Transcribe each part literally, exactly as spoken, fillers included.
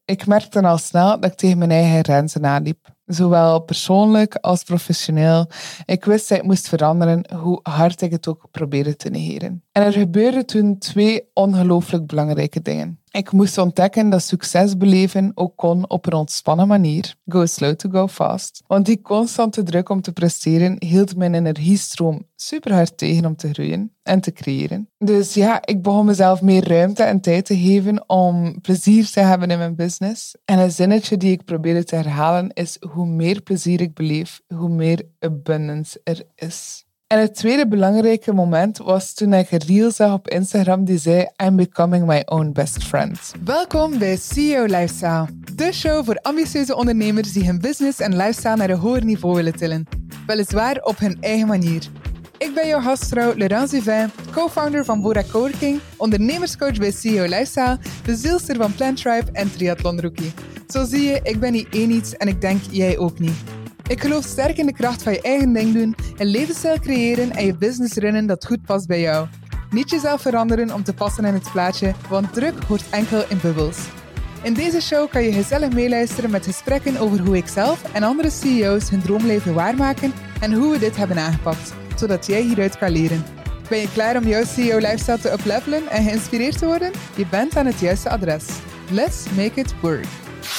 ik merkte dan al snel dat ik tegen mijn eigen grenzen aanliep. Zowel persoonlijk als professioneel. Ik wist dat ik moest veranderen, hoe hard ik het ook probeerde te negeren. En er gebeurden toen twee ongelooflijk belangrijke dingen. Ik moest ontdekken dat succes beleven ook kon op een ontspannen manier. Go slow to go fast. Want die constante druk om te presteren hield mijn energiestroom super hard tegen om te groeien en te creëren. Dus ja, ik begon mezelf meer ruimte en tijd te geven om plezier te hebben in mijn business. En een zinnetje die ik probeerde te herhalen is: hoe meer plezier ik beleef, hoe meer abundance er is. En het tweede belangrijke moment was toen ik een reel zag op Instagram die zei: I'm becoming my own best friend. Welkom bij C E O Lifestyle, de show voor ambitieuze ondernemers die hun business en lifestyle naar een hoger niveau willen tillen. Weliswaar op hun eigen manier. Ik ben jouw gastvrouw Laurence Duvin, co-founder van Bora Coworking, ondernemerscoach bij C E O Lifestyle, de zielster van Plant Tribe en Triathlon Rookie. Zo zie je, ik ben niet één iets en ik denk jij ook niet. Ik geloof sterk in de kracht van je eigen ding doen, een levensstijl creëren en je business runnen dat goed past bij jou. Niet jezelf veranderen om te passen in het plaatje, want druk hoort enkel in bubbels. In deze show kan je gezellig meeluisteren met gesprekken over hoe ik zelf en andere C E O's hun droomleven waarmaken en hoe we dit hebben aangepakt, zodat jij hieruit kan leren. Ben je klaar om jouw C E O-lifestyle te uplevelen en geïnspireerd te worden? Je bent aan het juiste adres. Let's make it work.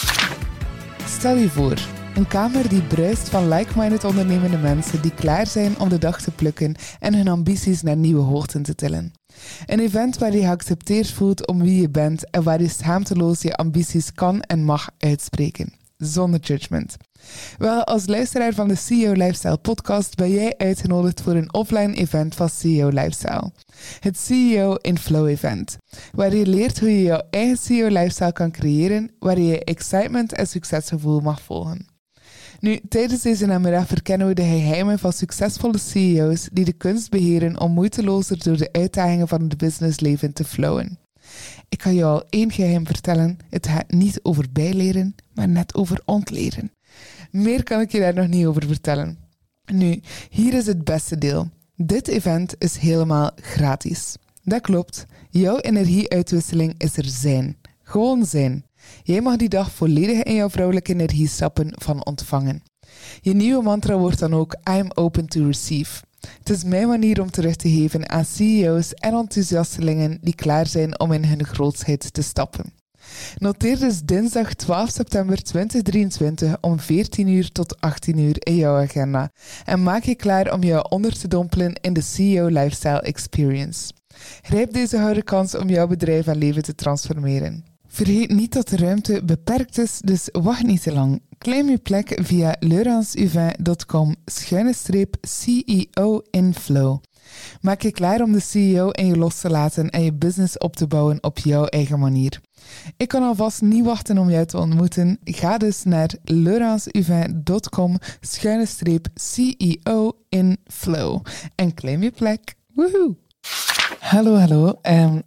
Stel je voor, een kamer die bruist van like-minded ondernemende mensen die klaar zijn om de dag te plukken en hun ambities naar nieuwe hoogten te tillen. Een event waar je geaccepteerd voelt om wie je bent en waar je schaamteloos je ambities kan en mag uitspreken. Zonder judgment. Wel, als luisteraar van de C E O Lifestyle podcast ben jij uitgenodigd voor een offline event van C E O Lifestyle. Het C E O in Flow event. Waar je leert hoe je jouw eigen C E O Lifestyle kan creëren, waar je je excitement en succesgevoel mag volgen. Nu, tijdens deze namiddag verkennen we de geheimen van succesvolle C E O's die de kunst beheren om moeitelozer door de uitdagingen van het businessleven te flowen. Ik kan je al één geheim vertellen, het gaat niet over bijleren, maar net over ontleren. Meer kan ik je daar nog niet over vertellen. Nu, hier is het beste deel. Dit event is helemaal gratis. Dat klopt, jouw energieuitwisseling is er zijn. Gewoon zijn. Jij mag die dag volledig in jouw vrouwelijke energie stappen van ontvangen. Je nieuwe mantra wordt dan ook I'm open to receive. Het is mijn manier om terug te geven aan C E O's en enthousiastelingen die klaar zijn om in hun grootsheid te stappen. Noteer dus dinsdag twaalf september tweeduizend drieëntwintig om veertien uur tot achttien uur in jouw agenda en maak je klaar om jou onder te dompelen in de C E O Lifestyle Experience. Grijp deze gouden kans om jouw bedrijf en leven te transformeren. Vergeet niet dat de ruimte beperkt is, dus wacht niet te lang. Claim je plek via lauranceduvin.com schuine streep C E O in Flow. Maak je klaar om de C E O in je los te laten en je business op te bouwen op jouw eigen manier. Ik kan alvast niet wachten om jou te ontmoeten. Ga dus naar lauranceduvin.com schuine streep C E O in Flow en claim je plek. Woehoe! Hallo, hallo. Um,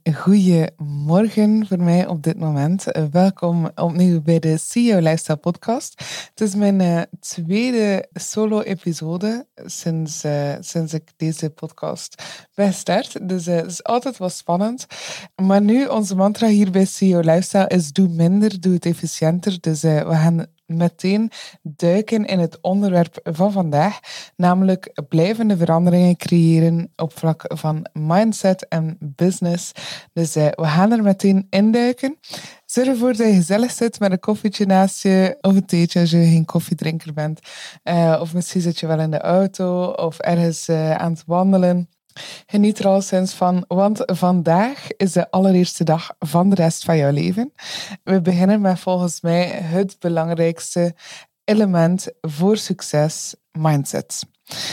goedemorgen voor mij op dit moment. Uh, welkom opnieuw bij de C E O Lifestyle podcast. Het is mijn uh, tweede solo-episode sinds, uh, sinds ik deze podcast ben gestart. Dus uh, het is altijd wel spannend. Maar nu, onze mantra hier bij C E O Lifestyle is doe minder, doe het efficiënter. Dus uh, we gaan meteen duiken in het onderwerp van vandaag, namelijk blijvende veranderingen creëren op vlak van mindset en business. Dus uh, we gaan er meteen induiken. Zorg ervoor dat je gezellig zit met een koffietje naast je of een theetje als je geen koffiedrinker bent. Uh, of misschien zit je wel in de auto of ergens uh, aan het wandelen. Geniet er al sinds van, want vandaag is de allereerste dag van de rest van jouw leven. We beginnen met volgens mij het belangrijkste element voor succes, mindset.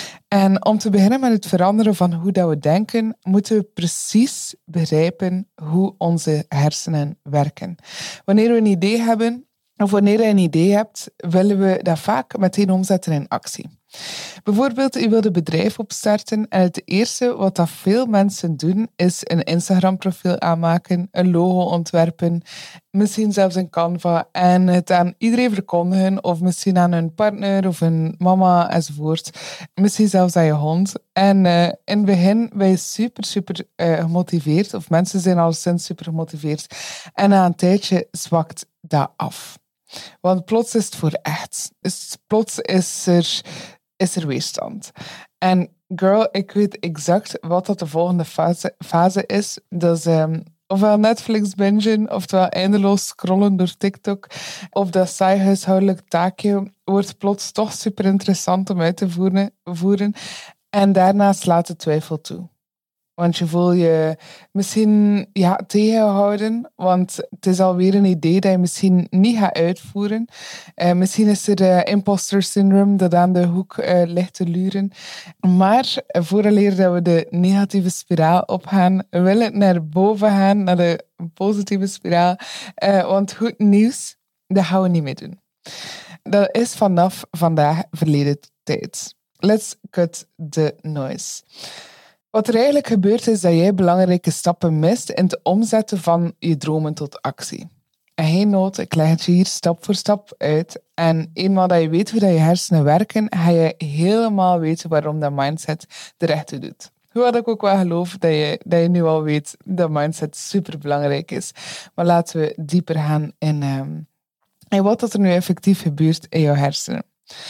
En om te beginnen met het veranderen van hoe dat we denken, moeten we precies begrijpen hoe onze hersenen werken. Wanneer we een idee hebben, of wanneer je een idee hebt, willen we dat vaak meteen omzetten in actie. Bijvoorbeeld, je wilt een bedrijf opstarten en het eerste wat dat veel mensen doen is een Instagram-profiel aanmaken, een logo ontwerpen, misschien zelfs een Canva en het aan iedereen verkondigen of misschien aan hun partner of hun mama enzovoort. Misschien zelfs aan je hond. En uh, in het begin ben je super, super uh, gemotiveerd of mensen zijn al sinds super gemotiveerd en na een tijdje zwakt dat af. Want plots is het voor echt. Dus plots is er, is er weerstand. En girl, ik weet exact wat dat de volgende fase, fase is. Dat is um, ofwel Netflix bingen, oftewel eindeloos scrollen door TikTok. Of dat saai huishoudelijk taakje wordt plots toch super interessant om uit te voeren. voeren. En daarna slaat de twijfel toe. Want je voelt je misschien ja, tegenhouden, want het is alweer een idee dat je misschien niet gaat uitvoeren. Uh, misschien is er uh, imposter syndrome dat aan de hoek uh, ligt te luren. Maar uh, vooraleer dat we de negatieve spiraal opgaan, wil het naar boven gaan, naar de positieve spiraal. Uh, want goed nieuws, dat gaan we niet meer doen. Dat is vanaf vandaag verleden tijd. Let's cut the noise. Wat er eigenlijk gebeurt is dat jij belangrijke stappen mist in het omzetten van je dromen tot actie. En geen nood, ik leg het je hier stap voor stap uit. En eenmaal dat je weet hoe dat je hersenen werken, ga je helemaal weten waarom dat mindset er echt toe doet. Hoewel ik ook wel geloof dat je, dat je nu al weet dat mindset superbelangrijk is. Maar laten we dieper gaan in, um, in wat dat er nu effectief gebeurt in jouw hersenen.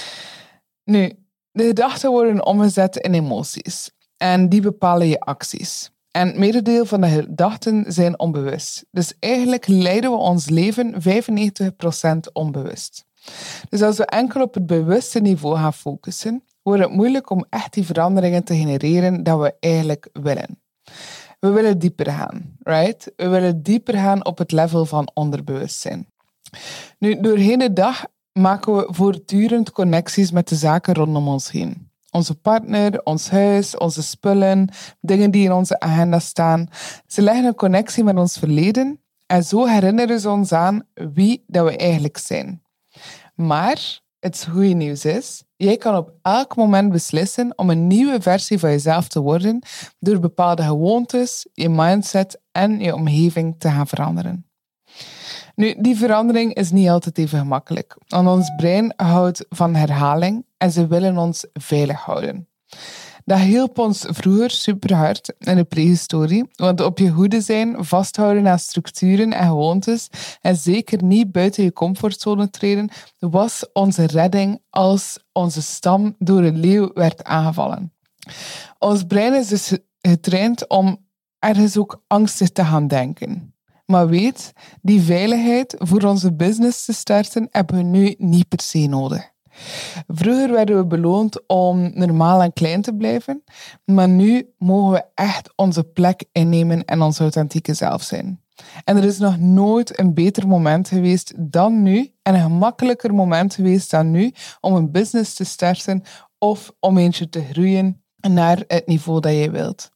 Nu, de gedachten worden omgezet in emoties. En die bepalen je acties. En het merendeel van de gedachten zijn onbewust. Dus eigenlijk leiden we ons leven vijfennegentig procent onbewust. Dus als we enkel op het bewuste niveau gaan focussen, wordt het moeilijk om echt die veranderingen te genereren dat we eigenlijk willen. We willen dieper gaan, right? We willen dieper gaan op het level van onderbewustzijn. Nu, doorheen de dag maken we voortdurend connecties met de zaken rondom ons heen. Onze partner, ons huis, onze spullen, dingen die in onze agenda staan. Ze leggen een connectie met ons verleden en zo herinneren ze ons aan wie dat we eigenlijk zijn. Maar het goede nieuws is, jij kan op elk moment beslissen om een nieuwe versie van jezelf te worden door bepaalde gewoontes, je mindset en je omgeving te gaan veranderen. Nu, die verandering is niet altijd even gemakkelijk, want ons brein houdt van herhaling en ze willen ons veilig houden. Dat hielp ons vroeger super hard in de prehistorie, want op je hoede zijn, vasthouden aan structuren en gewoontes en zeker niet buiten je comfortzone treden, was onze redding als onze stam door een leeuw werd aangevallen. Ons brein is dus getraind om ergens ook angstig te gaan denken. Maar weet, die veiligheid voor onze business te starten hebben we nu niet per se nodig. Vroeger werden we beloond om normaal en klein te blijven, maar nu mogen we echt onze plek innemen en ons authentieke zelf zijn. En er is nog nooit een beter moment geweest dan nu en een gemakkelijker moment geweest dan nu om een business te starten of om eentje te groeien naar het niveau dat je wilt.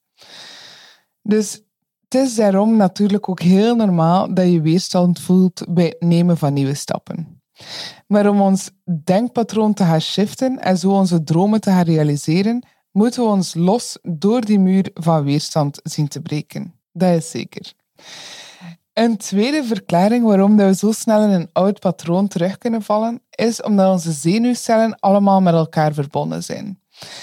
Dus het is daarom natuurlijk ook heel normaal dat je weerstand voelt bij het nemen van nieuwe stappen. Maar om ons denkpatroon te gaan shiften en zo onze dromen te gaan realiseren, moeten we ons los door die muur van weerstand zien te breken. Dat is zeker. Een tweede verklaring waarom we zo snel in een oud patroon terug kunnen vallen, is omdat onze zenuwcellen allemaal met elkaar verbonden zijn.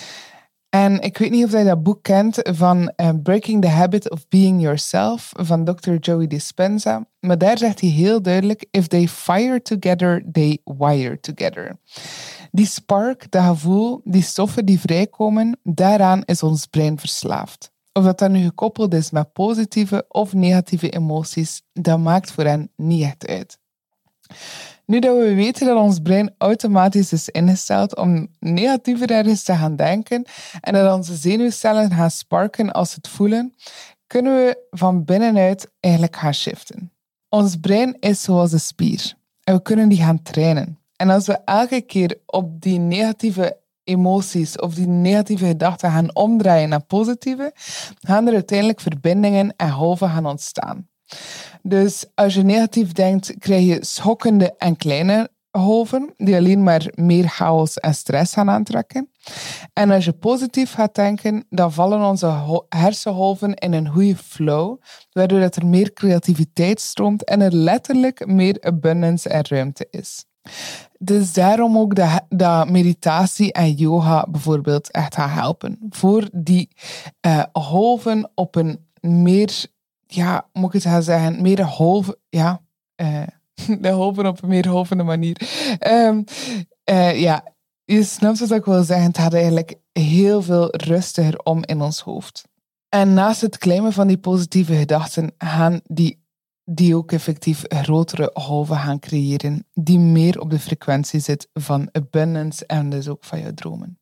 En ik weet niet of je dat boek kent van uh, Breaking the Habit of Being Yourself van dokter Joey Dispenza. Maar daar zegt hij heel duidelijk, if they fire together, they wire together. Die spark, dat gevoel, die stoffen die vrijkomen, daaraan is ons brein verslaafd. Of dat dan nu gekoppeld is met positieve of negatieve emoties, dat maakt voor hen niet echt uit. Nu dat we weten dat ons brein automatisch is ingesteld om negatiever ergens te gaan denken en dat onze zenuwcellen gaan sparken als ze het voelen, kunnen we van binnenuit eigenlijk gaan shiften. Ons brein is zoals een spier en we kunnen die gaan trainen. En als we elke keer op die negatieve emoties of die negatieve gedachten gaan omdraaien naar positieve, gaan er uiteindelijk verbindingen en golven gaan ontstaan. Dus als je negatief denkt, krijg je schokkende en kleine golven die alleen maar meer chaos en stress gaan aantrekken. En als je positief gaat denken, dan vallen onze hersengolven in een goede flow, waardoor dat er meer creativiteit stroomt en er letterlijk meer abundance en ruimte is. Dus daarom ook dat, dat meditatie en yoga bijvoorbeeld echt gaan helpen. Voor die uh, golven op een meer, ja, moet ik het gaan zeggen, meer golven, ja, uh, de golven op een meer golvende manier. Um, uh, ja, je snapt wat ik wil zeggen. Het gaat eigenlijk heel veel rustiger om in ons hoofd. En naast het claimen van die positieve gedachten gaan die die ook effectief grotere golven gaan creëren, die meer op de frequentie zit van abundance en dus ook van jouw dromen.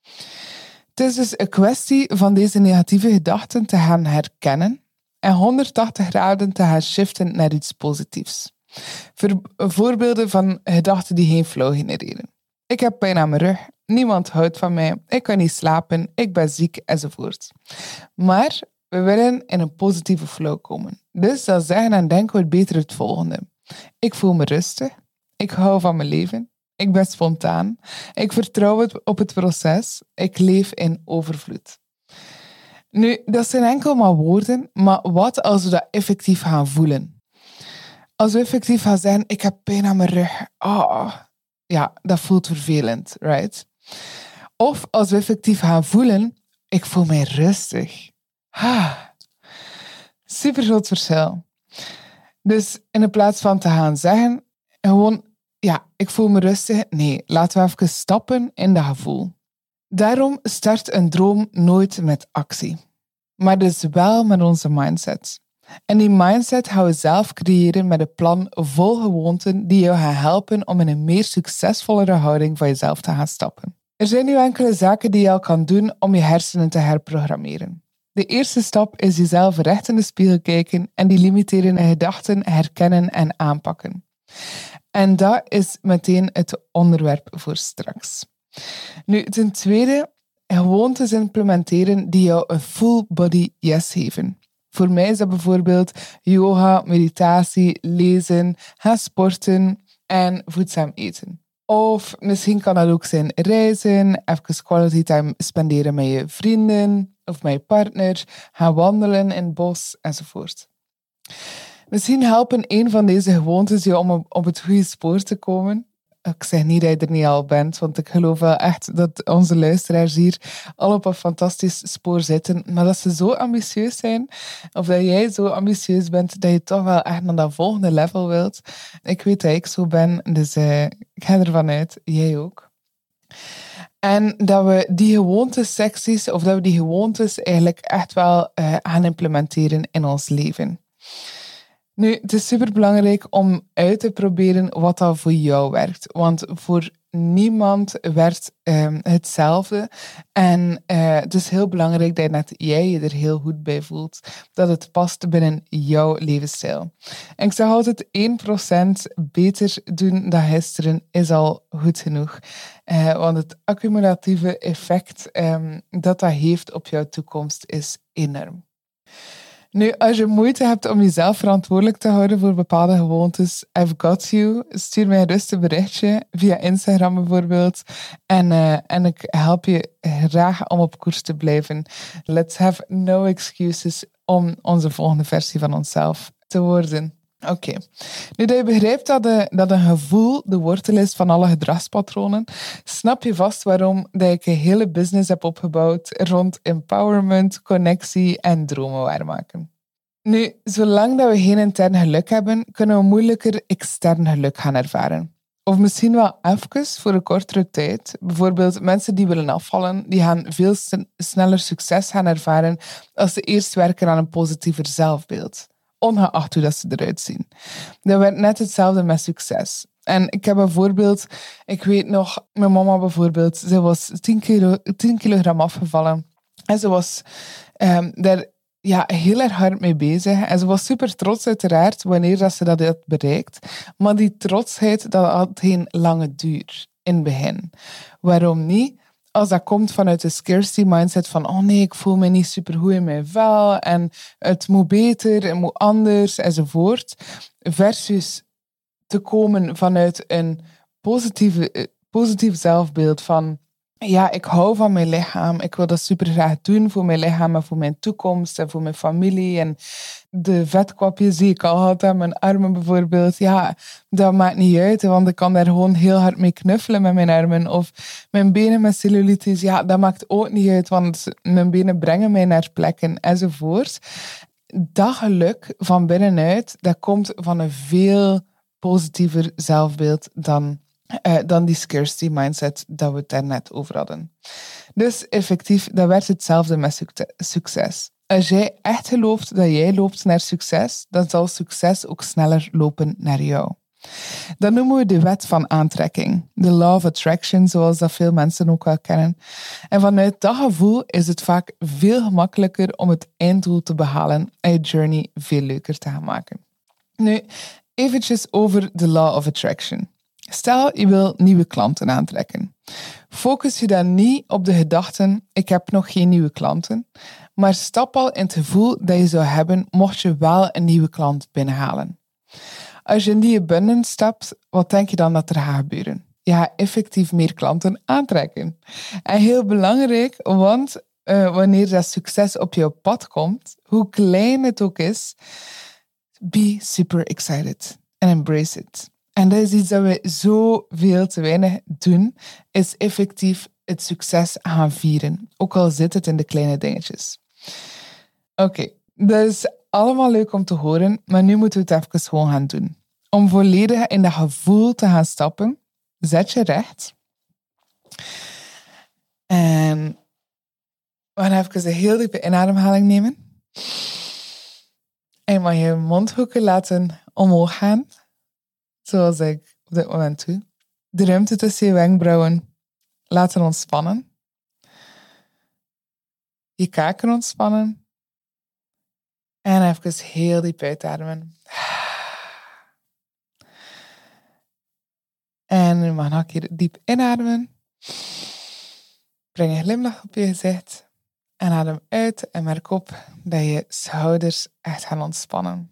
Het is dus een kwestie van deze negatieve gedachten te gaan herkennen en honderdtachtig graden te gaan shiften naar iets positiefs. Voor, voorbeelden van gedachten die geen flow genereren. Ik heb pijn aan mijn rug, niemand houdt van mij, ik kan niet slapen, ik ben ziek, enzovoort. Maar we willen in een positieve flow komen. Dus dan zeggen en denken we beter het volgende. Ik voel me rustig. Ik hou van mijn leven. Ik ben spontaan. Ik vertrouw het op het proces. Ik leef in overvloed. Nu, dat zijn enkel maar woorden, maar wat als we dat effectief gaan voelen? Als we effectief gaan zeggen, ik heb pijn aan mijn rug. Oh, ja, dat voelt vervelend, right? Of als we effectief gaan voelen, ik voel mij rustig. Ah, super groot verschil. Dus in plaats van te gaan zeggen, gewoon, ja, ik voel me rustig. Nee, laten we even stappen in dat gevoel. Daarom start een droom nooit met actie. Maar dus wel met onze mindset. En die mindset gaan we zelf creëren met een plan vol gewoonten die jou gaan helpen om in een meer succesvollere houding van jezelf te gaan stappen. Er zijn nu enkele zaken die je al kan doen om je hersenen te herprogrammeren. De eerste stap is jezelf recht in de spiegel kijken en die limiterende gedachten herkennen en aanpakken. En dat is meteen het onderwerp voor straks. Nu, ten tweede, gewoontes implementeren die jou een full body yes geven. Voor mij is dat bijvoorbeeld yoga, meditatie, lezen, gaan sporten en voedzaam eten. Of misschien kan dat ook zijn reizen, even quality time spenderen met je vrienden of met je partner, gaan wandelen in het bos enzovoort. Misschien helpen een van deze gewoontes je om op het goede spoor te komen. Ik zeg niet dat je er niet al bent, want ik geloof wel echt dat onze luisteraars hier al op een fantastisch spoor zitten. Maar dat ze zo ambitieus zijn, of dat jij zo ambitieus bent, dat je toch wel echt naar dat volgende level wilt. Ik weet dat ik zo ben, dus uh, ik ga ervan uit, jij ook. En dat we die gewoontesecties, of dat we die gewoontes eigenlijk echt wel uh, gaan implementeren in ons leven. Nu, het is superbelangrijk om uit te proberen wat dat voor jou werkt. Want voor niemand werkt um, hetzelfde. En uh, het is heel belangrijk dat net jij je er heel goed bij voelt. Dat het past binnen jouw levensstijl. En ik zeg altijd, één procent beter doen dan gisteren is al goed genoeg. Uh, want het accumulatieve effect um, dat dat heeft op jouw toekomst is enorm. Nu, als je moeite hebt om jezelf verantwoordelijk te houden voor bepaalde gewoontes, I've got you. Stuur mij een rustig berichtje via Instagram bijvoorbeeld. En, uh, en ik help je graag om op koers te blijven. Let's have no excuses om onze volgende versie van onszelf te worden. Oké. Okay. Nu dat je begrijpt dat, de, dat een gevoel de wortel is van alle gedragspatronen, snap je vast waarom dat ik een hele business heb opgebouwd rond empowerment, connectie en dromen waarmaken. Nu, zolang dat we geen intern geluk hebben, kunnen we moeilijker extern geluk gaan ervaren. Of misschien wel even voor een kortere tijd. Bijvoorbeeld mensen die willen afvallen, die gaan veel sneller succes gaan ervaren als ze eerst werken aan een positiever zelfbeeld. Ongeacht hoe dat ze eruit zien. Dat werd net hetzelfde met succes. En ik heb een voorbeeld, ik weet nog, mijn mama bijvoorbeeld, ze was tien kilo, tien kilogram afgevallen. En ze was um, daar ja, heel erg hard mee bezig. En ze was super trots uiteraard wanneer dat ze dat had bereikt. Maar die trotsheid, dat had geen lange duur in het begin. Waarom niet? Als dat komt vanuit de scarcity mindset van oh nee, ik voel me niet supergoed in mijn vel en het moet beter, het moet anders enzovoort. Versus te komen vanuit een positieve, positief zelfbeeld van... Ja, ik hou van mijn lichaam. Ik wil dat super graag doen voor mijn lichaam en voor mijn toekomst en voor mijn familie. En de vetkwapjes die ik al had aan mijn armen bijvoorbeeld. Ja, dat maakt niet uit, want ik kan daar gewoon heel hard mee knuffelen met mijn armen. Of mijn benen met cellulitis. Ja, dat maakt ook niet uit, want mijn benen brengen mij naar plekken enzovoort. Dat geluk van binnenuit, dat komt van een veel positiever zelfbeeld dan... Uh, dan die scarcity mindset dat we het daarnet over hadden. Dus effectief, dat werkt hetzelfde met succes. Als jij echt gelooft dat jij loopt naar succes, dan zal succes ook sneller lopen naar jou. Dat noemen we de wet van aantrekking. De law of attraction, zoals dat veel mensen ook wel kennen. En vanuit dat gevoel is het vaak veel gemakkelijker om het einddoel te behalen en je journey veel leuker te gaan maken. Nu, eventjes over de law of attraction. Stel, je wil nieuwe klanten aantrekken. Focus je dan niet op de gedachten, ik heb nog geen nieuwe klanten, maar stap al in het gevoel dat je zou hebben mocht je wel een nieuwe klant binnenhalen. Als je in die abundance stapt, wat denk je dan dat er gaat gebeuren? Je gaat effectief meer klanten aantrekken. En heel belangrijk, want uh, wanneer dat succes op jouw pad komt, hoe klein het ook is, be super excited and embrace it. En dat is iets dat we zo veel te weinig doen, is effectief het succes gaan vieren. Ook al zit het in de kleine dingetjes. Oké, okay, dat is allemaal leuk om te horen, maar nu moeten we het even gewoon gaan doen. Om volledig in dat gevoel te gaan stappen, zet je recht. En we gaan even een heel diepe inademhaling nemen. En je mag je mondhoeken laten omhoog gaan. Zoals ik op dit moment doe. De ruimte tussen je wenkbrauwen laten ontspannen. Je kaken ontspannen. En even heel diep uitademen. En je mag nog een keer diep inademen. Breng een glimlach op je gezicht. En adem uit en merk op dat je schouders echt gaan ontspannen.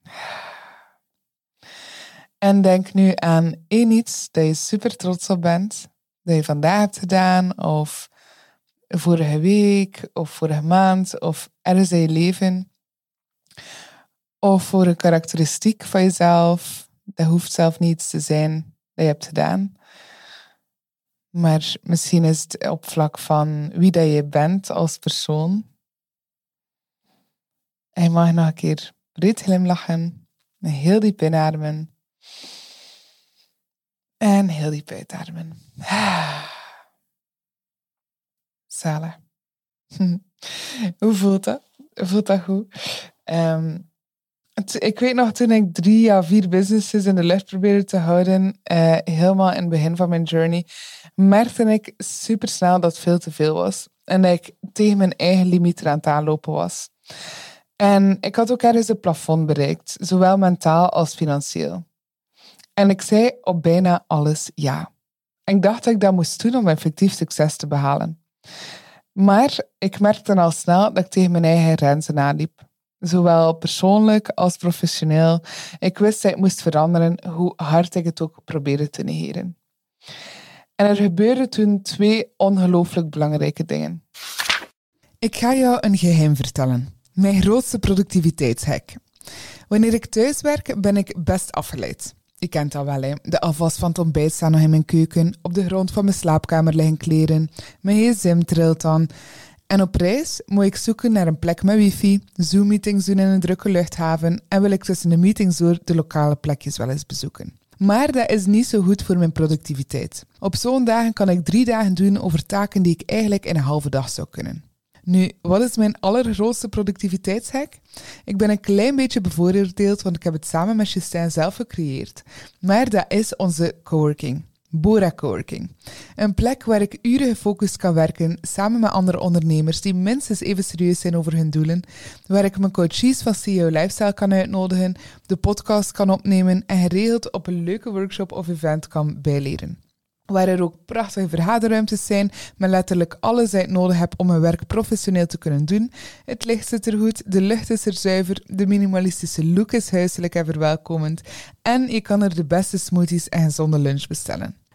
En denk nu aan één iets dat je super trots op bent. Dat je vandaag hebt gedaan, of vorige week, of vorige maand, of ergens in je leven. Of voor een karakteristiek van jezelf. Dat hoeft zelf niet iets te zijn dat je hebt gedaan. Maar misschien is het op vlak van wie dat je bent als persoon. En je mag nog een keer breed glimlachen. En heel diep inademen. En heel diep uitademen. Zalig. Hoe voelt dat? Voelt dat goed? Um, het, ik weet nog, toen ik drie à vier businesses in de lucht probeerde te houden, uh, helemaal in het begin van mijn journey, merkte ik supersnel dat het veel te veel was. En dat ik tegen mijn eigen limiet aan het aanlopen was. En ik had ook ergens een plafond bereikt, zowel mentaal als financieel. En ik zei op bijna alles ja. En ik dacht dat ik dat moest doen om effectief succes te behalen. Maar ik merkte al snel dat ik tegen mijn eigen grenzen aanliep. Zowel persoonlijk als professioneel. Ik wist dat ik moest veranderen, hoe hard ik het ook probeerde te negeren. En er gebeurden toen twee ongelooflijk belangrijke dingen. Ik ga jou een geheim vertellen. Mijn grootste productiviteitshack. Wanneer ik thuis werk, ben ik best afgeleid. Je kent dat wel, hè. De afwas van het ontbijt staat nog in mijn keuken. Op de grond van mijn slaapkamer liggen kleren. Mijn gsm trilt dan. En op reis moet ik zoeken naar een plek met wifi, Zoom-meetings doen in een drukke luchthaven en wil ik tussen de meetings door de lokale plekjes wel eens bezoeken. Maar dat is niet zo goed voor mijn productiviteit. Op zo'n dagen kan ik drie dagen doen over taken die ik eigenlijk in een halve dag zou kunnen. Nu, wat is mijn allergrootste productiviteitshack? Ik ben een klein beetje bevooroordeeld, want ik heb het samen met Justijn zelf gecreëerd. Maar dat is onze coworking. Bora Coworking. Een plek waar ik uren gefocust kan werken, samen met andere ondernemers die minstens even serieus zijn over hun doelen, waar ik mijn coaches van C E O Lifestyle kan uitnodigen, de podcast kan opnemen en geregeld op een leuke workshop of event kan bijleren. Waar er ook prachtige vergaderruimtes zijn, met letterlijk alles dat ik nodig heb om mijn werk professioneel te kunnen doen. Het licht zit er goed, de lucht is er zuiver, de minimalistische look is huiselijk en verwelkomend en je kan er de beste smoothies en gezonde lunch bestellen.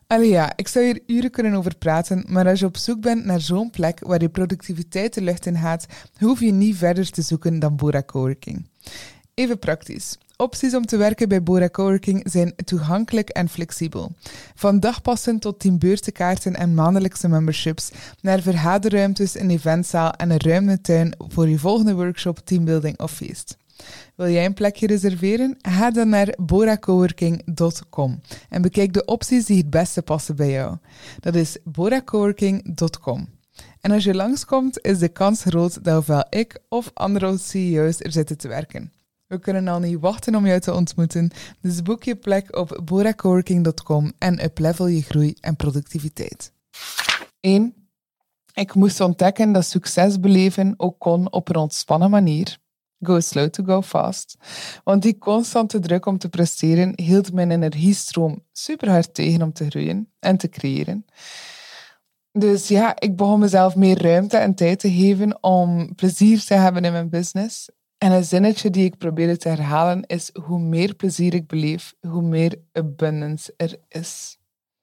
Allee ja, ik zou hier uren kunnen over praten, maar als je op zoek bent naar zo'n plek waar je productiviteit de lucht in gaat, hoef je niet verder te zoeken dan Bora Coworking. Even praktisch. Opties om te werken bij Bora Coworking zijn toegankelijk en flexibel. Van dagpassen tot teambeurtenkaarten en maandelijkse memberships, naar vergaderruimtes, een eventzaal en een ruime tuin voor je volgende workshop, teambuilding of feest. Wil jij een plekje reserveren? Ga dan naar bora coworking dot com en bekijk de opties die het beste passen bij jou. Dat is bora coworking dot com. En als je langskomt, is de kans groot dat ofwel ik of andere C E O's er zitten te werken. We kunnen al niet wachten om jou te ontmoeten, dus boek je plek op bora coworking dot com en uplevel je groei en productiviteit. één. Ik moest ontdekken dat succes beleven ook kon op een ontspannen manier. Go slow to go fast. Want die constante druk om te presteren hield mijn energiestroom super hard tegen om te groeien en te creëren. Dus ja, ik begon mezelf meer ruimte en tijd te geven om plezier te hebben in mijn business. En een zinnetje die ik probeerde te herhalen is: hoe meer plezier ik beleef, hoe meer abundance er is.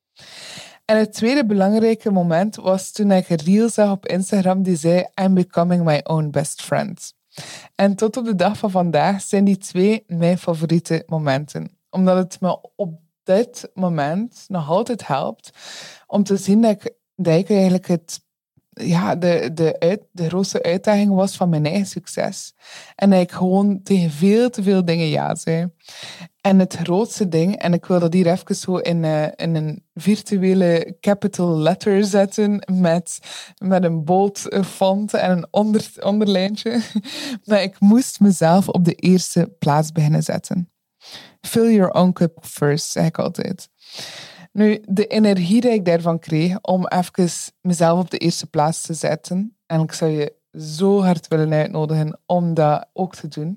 En het tweede belangrijke moment was toen ik een reel zag op Instagram die zei: I'm becoming my own best friend. En tot op de dag van vandaag zijn die twee mijn favoriete momenten. Omdat het me op dit moment nog altijd helpt om te zien dat ik, dat ik eigenlijk het, ja, de, de, uit, de grootste uitdaging was van mijn eigen succes. En dat ik gewoon tegen veel te veel dingen ja zei. En het grootste ding, en ik wil dat hier even zo in, uh, in een virtuele capital letter zetten met, met een bold font en een onder, onderlijntje. Maar ik moest mezelf op de eerste plaats beginnen zetten. Fill your own cup first, zeg ik altijd. Nu, de energie die ik daarvan kreeg om even mezelf op de eerste plaats te zetten, en ik zou je zo hard willen uitnodigen om dat ook te doen.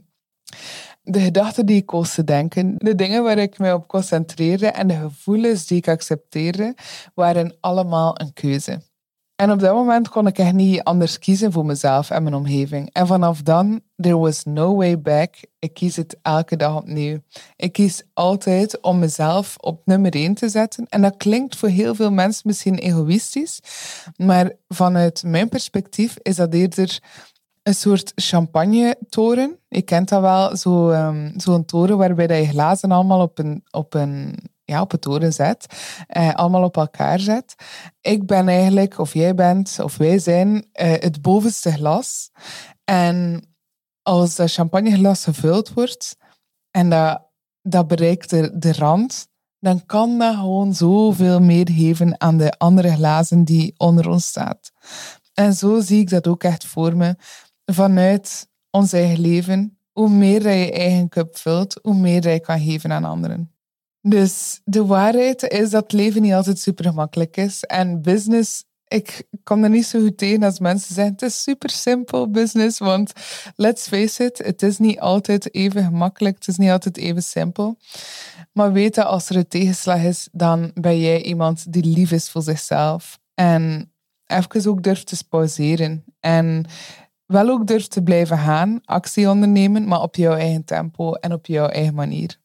De gedachten die ik koos te denken, de dingen waar ik me op concentreerde en de gevoelens die ik accepteerde, waren allemaal een keuze. En op dat moment kon ik echt niet anders kiezen voor mezelf en mijn omgeving. En vanaf dan, there was no way back. Ik kies het elke dag opnieuw. Ik kies altijd om mezelf op nummer één te zetten. En dat klinkt voor heel veel mensen misschien egoïstisch, maar vanuit mijn perspectief is dat eerder een soort champagne-toren. Je kent dat wel, zo, um, zo'n toren waarbij dat je glazen allemaal op een, op een, ja, op een toren zet. Eh, allemaal op elkaar zet. Ik ben eigenlijk, of jij bent, of wij zijn, eh, het bovenste glas. En als dat champagneglas gevuld wordt en dat, dat bereikt de, de rand, dan kan dat gewoon zoveel meer geven aan de andere glazen die onder ons staan. En zo zie ik dat ook echt voor me. Vanuit ons eigen leven, hoe meer dat je eigen cup vult, hoe meer dat je kan geven aan anderen. Dus de waarheid is dat het leven niet altijd super gemakkelijk is. En business, ik kom er niet zo goed tegen als mensen zeggen, het is super simpel business, want let's face it, het is niet altijd even gemakkelijk, het is niet altijd even simpel. Maar weet dat als er een tegenslag is, dan ben jij iemand die lief is voor zichzelf. En even ook durft te pauzeren. En wel ook durft te blijven gaan, actie ondernemen, maar op jouw eigen tempo en op jouw eigen manier.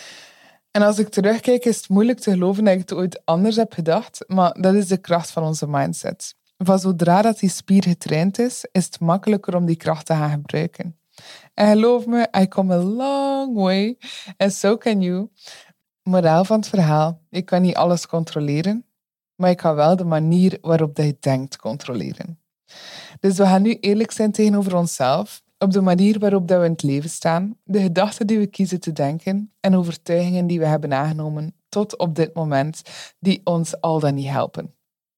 En als ik terugkijk, is het moeilijk te geloven dat ik het ooit anders heb gedacht, maar dat is de kracht van onze mindset. Van zodra dat die spier getraind is, is het makkelijker om die kracht te gaan gebruiken. En geloof me, I come a long way, and so can you. Moraal van het verhaal, je kan niet alles controleren, maar je kan wel de manier waarop dat je denkt controleren. Dus we gaan nu eerlijk zijn tegenover onszelf, op de manier waarop dat we in het leven staan, de gedachten die we kiezen te denken en overtuigingen die we hebben aangenomen tot op dit moment, die ons al dan niet helpen.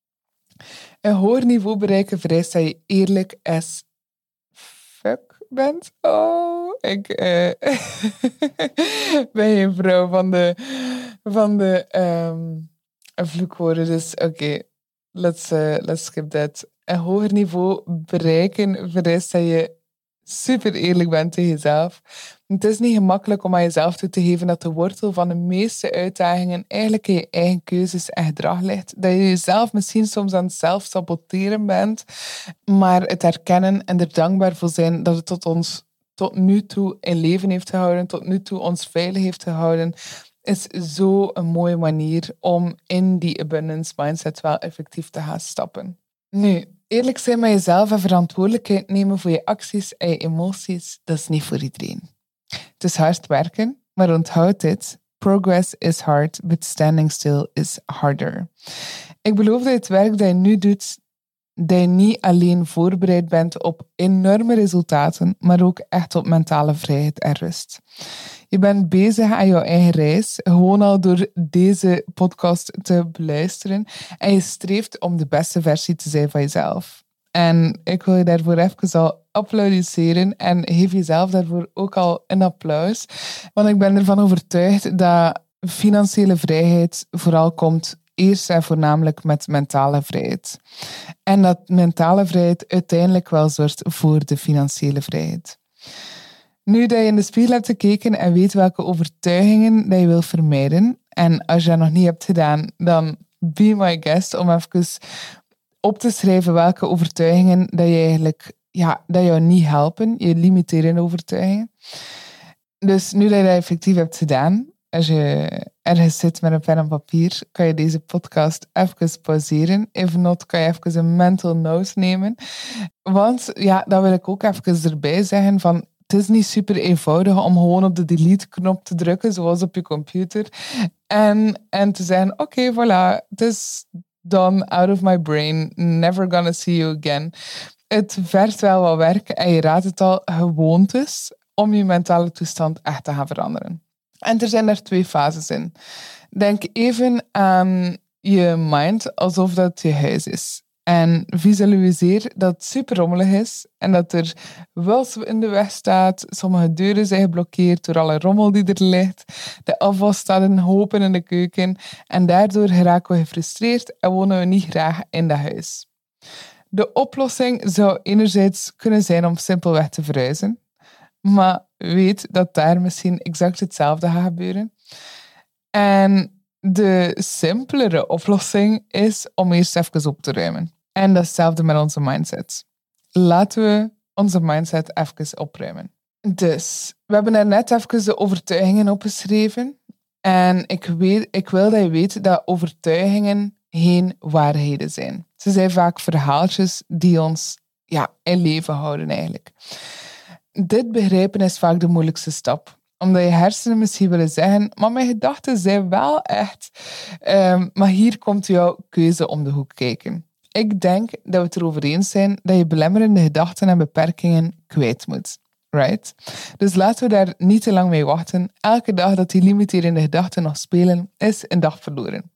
Een hoger niveau bereiken vereist dat je eerlijk as fuck bent. Oh, ik uh, ben geen vrouw van de, van de um, vloekwoorden, dus oké, okay, let's, uh, let's skip that. Een hoger niveau bereiken vereist dat je super eerlijk bent tegen jezelf. Het is niet gemakkelijk om aan jezelf toe te geven dat de wortel van de meeste uitdagingen eigenlijk in je eigen keuzes en gedrag ligt. Dat je jezelf misschien soms aan het zelf-saboteren bent, maar het herkennen en er dankbaar voor zijn dat het tot ons tot nu toe in leven heeft gehouden, tot nu toe ons veilig heeft gehouden, is zo een mooie manier om in die abundance mindset wel effectief te gaan stappen. Nu, eerlijk zijn met jezelf en verantwoordelijkheid nemen voor je acties en je emoties, dat is niet voor iedereen. Het is hard werken, maar onthoud dit. Progress is hard, but standing still is harder. Ik beloof dat het werk dat je nu doet, dat je niet alleen voorbereid bent op enorme resultaten, maar ook echt op mentale vrijheid en rust. Je bent bezig aan jouw eigen reis, gewoon al door deze podcast te beluisteren. En je streeft om de beste versie te zijn van jezelf. En ik wil je daarvoor even al applaudisseren en geef jezelf daarvoor ook al een applaus. Want ik ben ervan overtuigd dat financiële vrijheid vooral komt eerst en voornamelijk met mentale vrijheid. En dat mentale vrijheid uiteindelijk wel zorgt voor de financiële vrijheid. Nu dat je in de spiegel hebt gekeken en weet welke overtuigingen dat je wil vermijden, en als je dat nog niet hebt gedaan, dan be my guest om even op te schrijven welke overtuigingen dat je eigenlijk, ja, dat jou niet helpen, je limiterende overtuigingen. Dus nu dat je dat effectief hebt gedaan, als je ergens zit met een pen en papier, kan je deze podcast even pauzeren. If not, kan je even een mental note nemen. Want ja, dat wil ik ook even erbij zeggen van, het is niet super eenvoudig om gewoon op de delete-knop te drukken, zoals op je computer. En, en te zeggen, oké, okay, voilà, het is done, out of my brain, never gonna see you again. Het vergt wel wat werk en je raadt het al, gewoontes om je mentale toestand echt te gaan veranderen. En er zijn er twee fases in. Denk even aan je mind alsof dat je huis is. En visualiseer dat het super rommelig is en dat er wils in de weg staat. Sommige deuren zijn geblokkeerd door alle rommel die er ligt. De afval staat in hopen in de keuken. En daardoor geraken we gefrustreerd en wonen we niet graag in dat huis. De oplossing zou enerzijds kunnen zijn om simpelweg te verhuizen. Maar weet dat daar misschien exact hetzelfde gaat gebeuren. En de simpelere oplossing is om eerst even op te ruimen. En dat is hetzelfde met onze mindset. Laten we onze mindset even opruimen. Dus, we hebben er net even de overtuigingen opgeschreven. En ik, weet, ik wil dat je weet dat overtuigingen geen waarheden zijn. Ze zijn vaak verhaaltjes die ons ja, in leven houden eigenlijk. Dit begrijpen is vaak de moeilijkste stap. Omdat je hersenen misschien willen zeggen, maar mijn gedachten zijn wel echt. Um, maar hier komt jouw keuze om de hoek kijken. Ik denk dat we het erover eens zijn dat je belemmerende gedachten en beperkingen kwijt moet. Right? Dus laten we daar niet te lang mee wachten. Elke dag dat die limiterende gedachten nog spelen, is een dag verloren.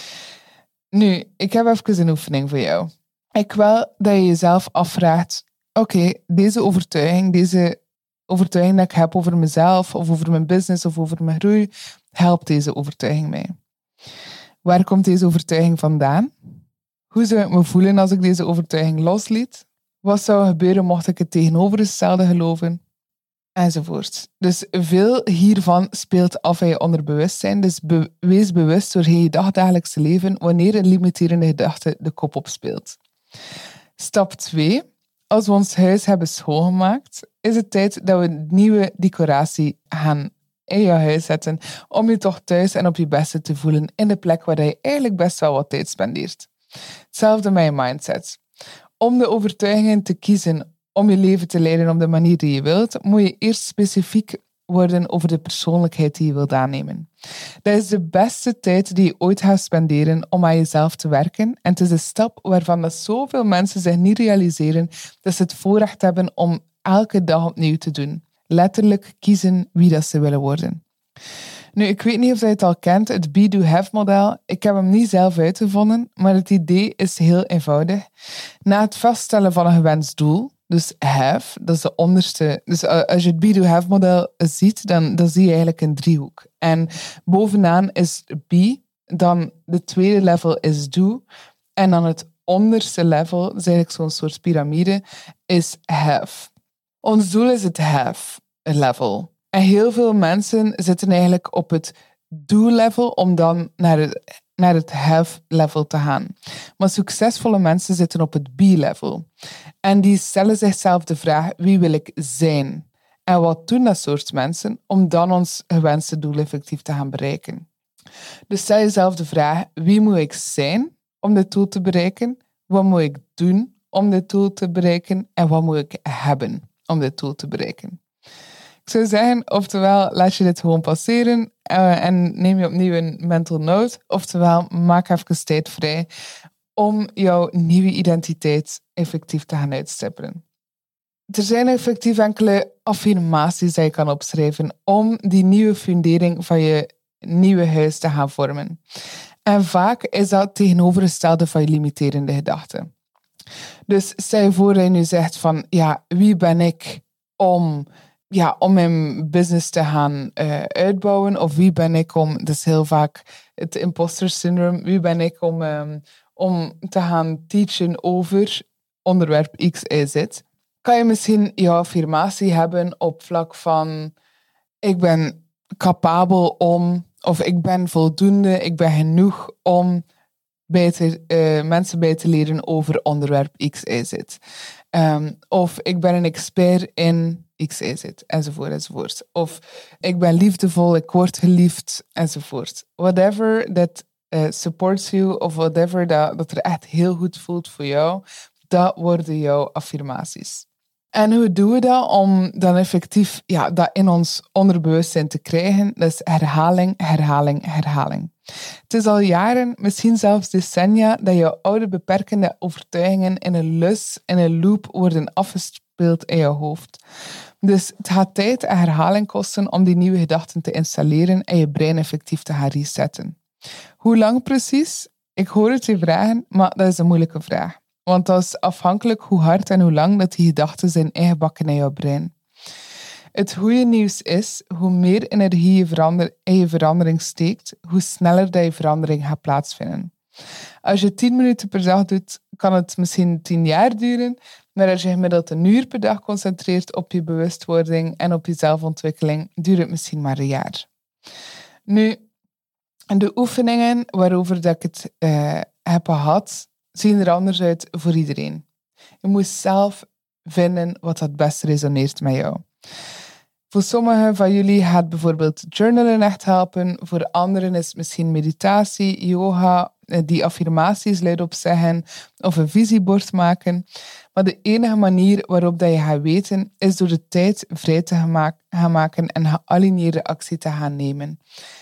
Nu, ik heb even een oefening voor jou. Ik wil dat je jezelf afvraagt, oké, okay, deze overtuiging, deze overtuiging dat ik heb over mezelf, of over mijn business, of over mijn groei, helpt deze overtuiging mij? Waar komt deze overtuiging vandaan? Hoe zou ik me voelen als ik deze overtuiging losliet? Wat zou gebeuren mocht ik het tegenovergestelde geloven? Enzovoort. Dus veel hiervan speelt af in je onderbewustzijn. Dus be- wees bewust doorheen je dagdagelijkse leven wanneer een limiterende gedachte de kop opspeelt. Stap twee. Als we ons huis hebben schoongemaakt, is het tijd dat we een nieuwe decoratie gaan in je huis zetten om je toch thuis en op je beste te voelen in de plek waar je eigenlijk best wel wat tijd spendeert. Hetzelfde met je mindset. Om de overtuigingen te kiezen om je leven te leiden op de manier die je wilt, moet je eerst specifiek worden over de persoonlijkheid die je wilt aannemen. Dat is de beste tijd die je ooit gaat spenderen om aan jezelf te werken. En het is een stap waarvan dat zoveel mensen zich niet realiseren dat ze het voorrecht hebben om elke dag opnieuw te doen. Letterlijk kiezen wie dat ze willen worden. Nu, ik weet niet of je het al kent, het be-do-have-model. Ik heb hem niet zelf uitgevonden, maar het idee is heel eenvoudig. Na het vaststellen van een gewenst doel, dus have, dat is de onderste. Dus als je het be-do-have-model ziet, dan, dan zie je eigenlijk een driehoek. En bovenaan is be, dan de tweede level is do, en dan het onderste level, dat is eigenlijk zo'n soort piramide, is have. Ons doel is het have level. En heel veel mensen zitten eigenlijk op het do-level om dan naar het, naar het have-level te gaan. Maar succesvolle mensen zitten op het be-level. En die stellen zichzelf de vraag, wie wil ik zijn? En wat doen dat soort mensen om dan ons gewenste doel effectief te gaan bereiken? Dus stel jezelf de vraag, wie moet ik zijn om dit doel te bereiken? Wat moet ik doen om dit doel te bereiken? En wat moet ik hebben om dit doel te bereiken? Ik zou zeggen, oftewel laat je dit gewoon passeren uh, en neem je opnieuw een mental note. Oftewel maak even tijd vrij om jouw nieuwe identiteit effectief te gaan uitstippelen. Er zijn effectief enkele affirmaties die je kan opschrijven om die nieuwe fundering van je nieuwe huis te gaan vormen. En vaak is dat tegenovergestelde van je limiterende gedachten. Dus stel je voor dat je nu zegt van, ja, wie ben ik om, ja, om mijn business te gaan uh, uitbouwen? Of wie ben ik om, dat is heel vaak het imposter syndrome, wie ben ik om, um, om te gaan teachen over onderwerp X, Y, Z? Kan je misschien jouw affirmatie hebben op vlak van, ik ben capabel om, of ik ben voldoende, ik ben genoeg om bij te, uh, mensen bij te leren over onderwerp X, Y, Z. Um, of ik ben een expert in X, Y, Z, enzovoort, enzovoort. Of ik ben liefdevol, ik word geliefd, enzovoort. Whatever that uh, supports you, of whatever dat, dat er echt heel goed voelt voor jou, dat worden jouw affirmaties. En hoe doen we dat om dan effectief ja, dat in ons onderbewustzijn te krijgen? Dat is herhaling, herhaling, herhaling. Het is al jaren, misschien zelfs decennia, dat jouw oude beperkende overtuigingen in een lus, in een loop worden afgespeeld in jouw hoofd. Dus het gaat tijd en herhaling kosten om die nieuwe gedachten te installeren en je brein effectief te gaan resetten. Hoe lang precies? Ik hoor het je vragen, maar dat is een moeilijke vraag. Want dat is afhankelijk hoe hard en hoe lang dat die gedachten zijn ingebakken in jouw brein. Het goede nieuws is, hoe meer energie je verander, in je verandering steekt, hoe sneller dat je verandering gaat plaatsvinden. Als je tien minuten per dag doet, kan het misschien tien jaar duren, maar als je gemiddeld een uur per dag concentreert op je bewustwording en op je zelfontwikkeling, duurt het misschien maar een jaar. Nu, de oefeningen waarover dat ik het uh, heb gehad, zien er anders uit voor iedereen. Je moet zelf vinden wat het beste resoneert met jou. Voor sommigen van jullie gaat bijvoorbeeld journalen echt helpen. Voor anderen is het misschien meditatie, yoga, die affirmaties luidop zeggen of een visiebord maken. Maar de enige manier waarop dat je gaat weten is door de tijd vrij te gaan maken en gealigneerde actie te gaan nemen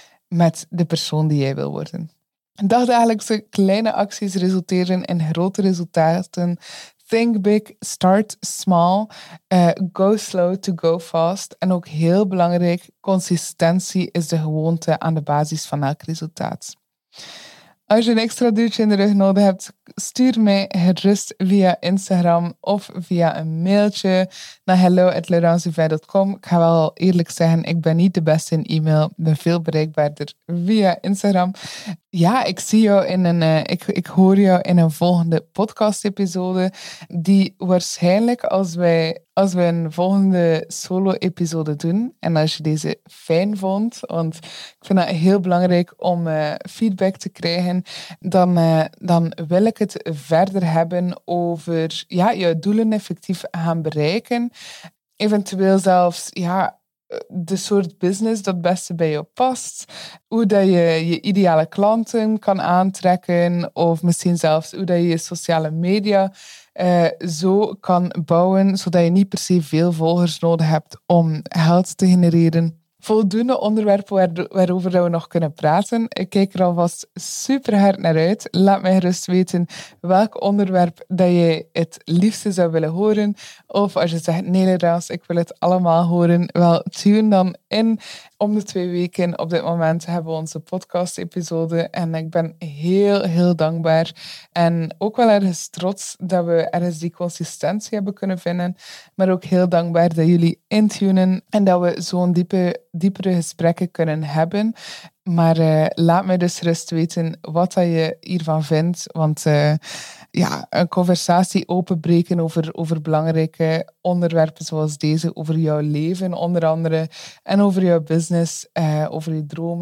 met de persoon die jij wil worden. Dagdagelijkse kleine acties resulteren in grote resultaten. Think big, start small, uh, go slow to go fast. En ook heel belangrijk, consistentie is de gewoonte aan de basis van elk resultaat. Als je een extra duwtje in de rug nodig hebt, stuur mij gerust via Instagram of via een mailtje naar hello at laurensduvin dot com. Ik ga wel eerlijk zeggen, ik ben niet de beste in e-mail. Ik ben veel bereikbaarder via Instagram. Ja, ik zie jou in een, uh, ik, ik hoor jou in een volgende podcast-episode, die waarschijnlijk als wij, als wij een volgende solo-episode doen, en als je deze fijn vond, want ik vind dat heel belangrijk om uh, feedback te krijgen, dan, uh, dan wil ik het verder hebben over ja, je doelen effectief gaan bereiken. Eventueel zelfs ja, de soort business dat het beste bij jou past. Hoe dat je je ideale klanten kan aantrekken. Of misschien zelfs hoe dat je je sociale media uh, zo kan bouwen. Zodat je niet per se veel volgers nodig hebt om geld te genereren. Voldoende onderwerpen waar, waarover we nog kunnen praten. Ik kijk er alvast super hard naar uit. Laat mij gerust weten welk onderwerp dat je het liefste zou willen horen. Of als je zegt, nee Laurens, ik wil het allemaal horen. Wel, tune dan in. Om de twee weken op dit moment hebben we onze podcast-episode. En ik ben heel, heel dankbaar. En ook wel ergens trots dat we ergens die consistentie hebben kunnen vinden. Maar ook heel dankbaar dat jullie intunen. En dat we zo'n diepe, diepere gesprekken kunnen hebben. Maar uh, laat mij dus gerust weten wat dat je hiervan vindt. Want uh, ja, een conversatie openbreken over, over belangrijke onderwerpen zoals deze. Over jouw leven onder andere. En over jouw business, uh, over je dromen.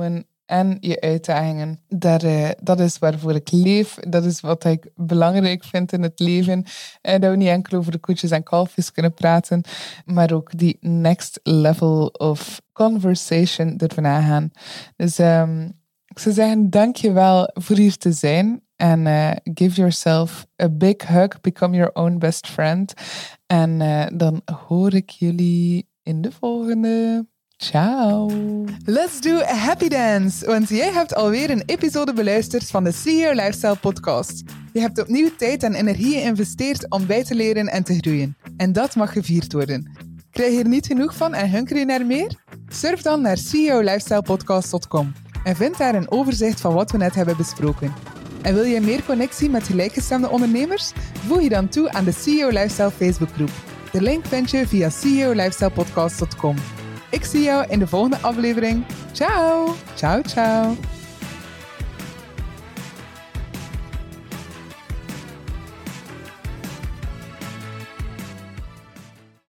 en je uitdagingen. Dat, uh, dat is waarvoor ik leef. Dat is wat ik belangrijk vind in het leven. Uh, dat we niet enkel over de koetjes en kalfjes kunnen praten, maar ook die next level of conversation durven aangaan. Dus um, ik zou zeggen, dank je wel voor hier te zijn. En uh, give yourself a big hug. Become your own best friend. En uh, dan hoor ik jullie in de volgende. Ciao. Let's do a happy dance. Want jij hebt alweer een episode beluisterd van de C E O Lifestyle podcast. Je hebt opnieuw tijd en energie geïnvesteerd om bij te leren en te groeien. En dat mag gevierd worden. Krijg je er niet genoeg van en hunker je naar meer? Surf dan naar c e o lifestyle podcast dot com en vind daar een overzicht van wat we net hebben besproken. En wil je meer connectie met gelijkgestemde ondernemers? Voeg je dan toe aan de C E O Lifestyle Facebookgroep. De link vind je via c e o lifestyle podcast dot com. Ik zie jou in de volgende aflevering. Ciao! Ciao, ciao!